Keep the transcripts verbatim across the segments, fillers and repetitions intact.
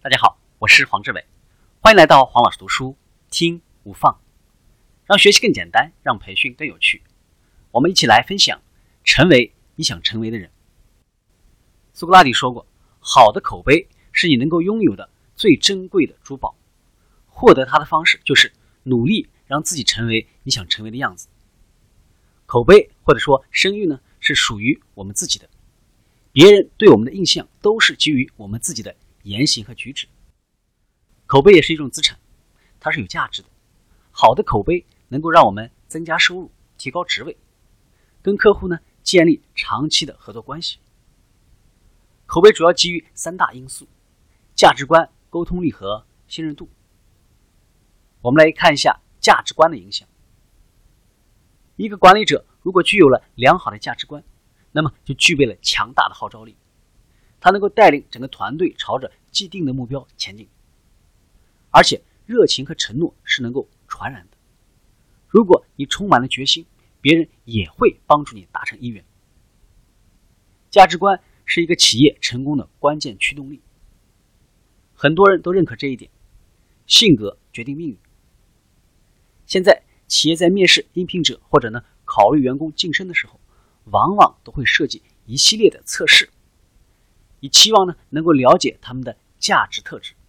大家好，我是黄志伟，欢迎来到黄老师读书听无放，让学习更简单，让培训更有趣。我们一起来分享成为你想成为的人。苏格拉底说过，好的口碑是你能够拥有的最珍贵的珠宝，获得它的方式就是努力让自己成为你想成为的样子。口碑或者说声誉呢，是属于我们自己的，别人对我们的印象都是基于我们自己的言行和举止。口碑也是一种资产，它是有价值的。好的口碑能够让我们增加收入，提高职位，跟客户呢建立长期的合作关系。口碑主要基于三大因素：价值观、沟通力和信任度。我们来看一下价值观的影响。一个管理者如果具有了良好的价值观，那么就具备了强大的号召力，他能够带领整个团队朝着既定的目标前进，而且热情和承诺是能够传染的。如果你充满了决心，别人也会帮助你达成意愿。价值观是一个企业成功的关键驱动力，很多人都认可这一点。性格决定命运。现在企业在面试应聘者或者呢考虑员工晋升的时候，往往都会设计一系列的测试，以期望呢能够了解他们的价值特质。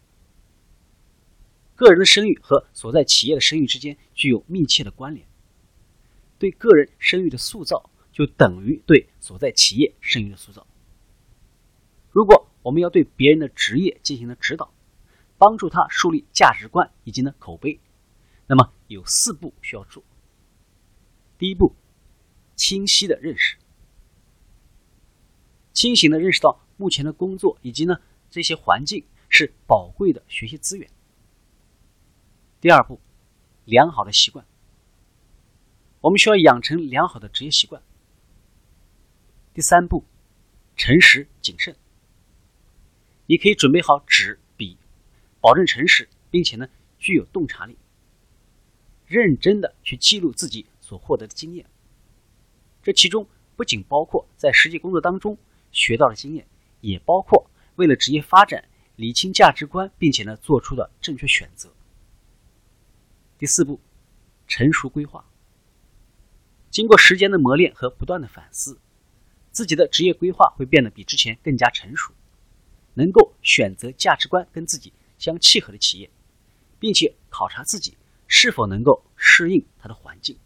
个人的声誉和所在企业的声誉之间具有密切的关联，对个人声誉的塑造就等于对所在企业声誉的塑造。如果我们要对别人的职业进行了指导，帮助他树立价值观以及呢口碑，那么有四步需要做。第一步，清晰的认识，清醒的认识到目前的工作以及呢这些环境是宝贵的学习资源。第二步，良好的习惯，我们需要养成良好的职业习惯。第三步，诚实谨慎，你可以准备好纸笔，保证诚实，并且呢具有洞察力，认真的去记录自己所获得的经验。这其中不仅包括在实际工作当中学到的经验，也包括为了职业发展理清价值观，并且呢做出的正确选择。第四步，成熟规划，经过时间的磨练和不断的反思，自己的职业规划会变得比之前更加成熟，能够选择价值观跟自己相契合的企业，并且考察自己是否能够适应它的环境。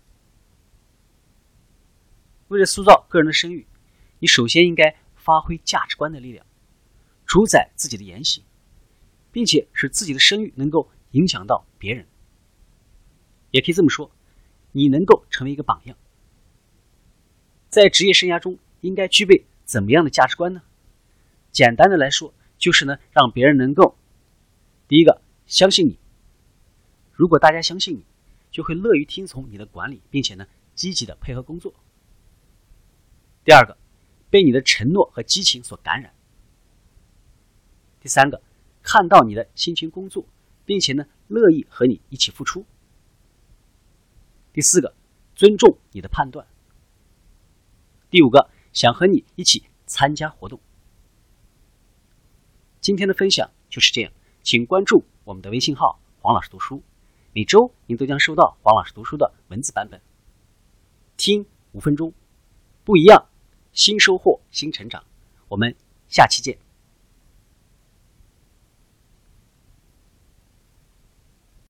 为了塑造个人的声誉，你首先应该发挥价值观的力量，主宰自己的言行，并且使自己的声誉能够影响到别人。也可以这么说，你能够成为一个榜样。在职业生涯中应该具备怎么样的价值观呢？简单的来说，就是呢让别人能够，第一个，相信你。如果大家相信你，就会乐于听从你的管理，并且呢积极的配合工作。第二个，被你的承诺和激情所感染。第三个，看到你的辛勤工作，并且呢乐意和你一起付出。第四个，尊重你的判断。第五个，想和你一起参加活动。今天的分享就是这样，请关注我们的微信号黄老师读书，每周您都将收到黄老师读书的文字版本。听五分钟，不一样，新收获，新成长。我们下期见。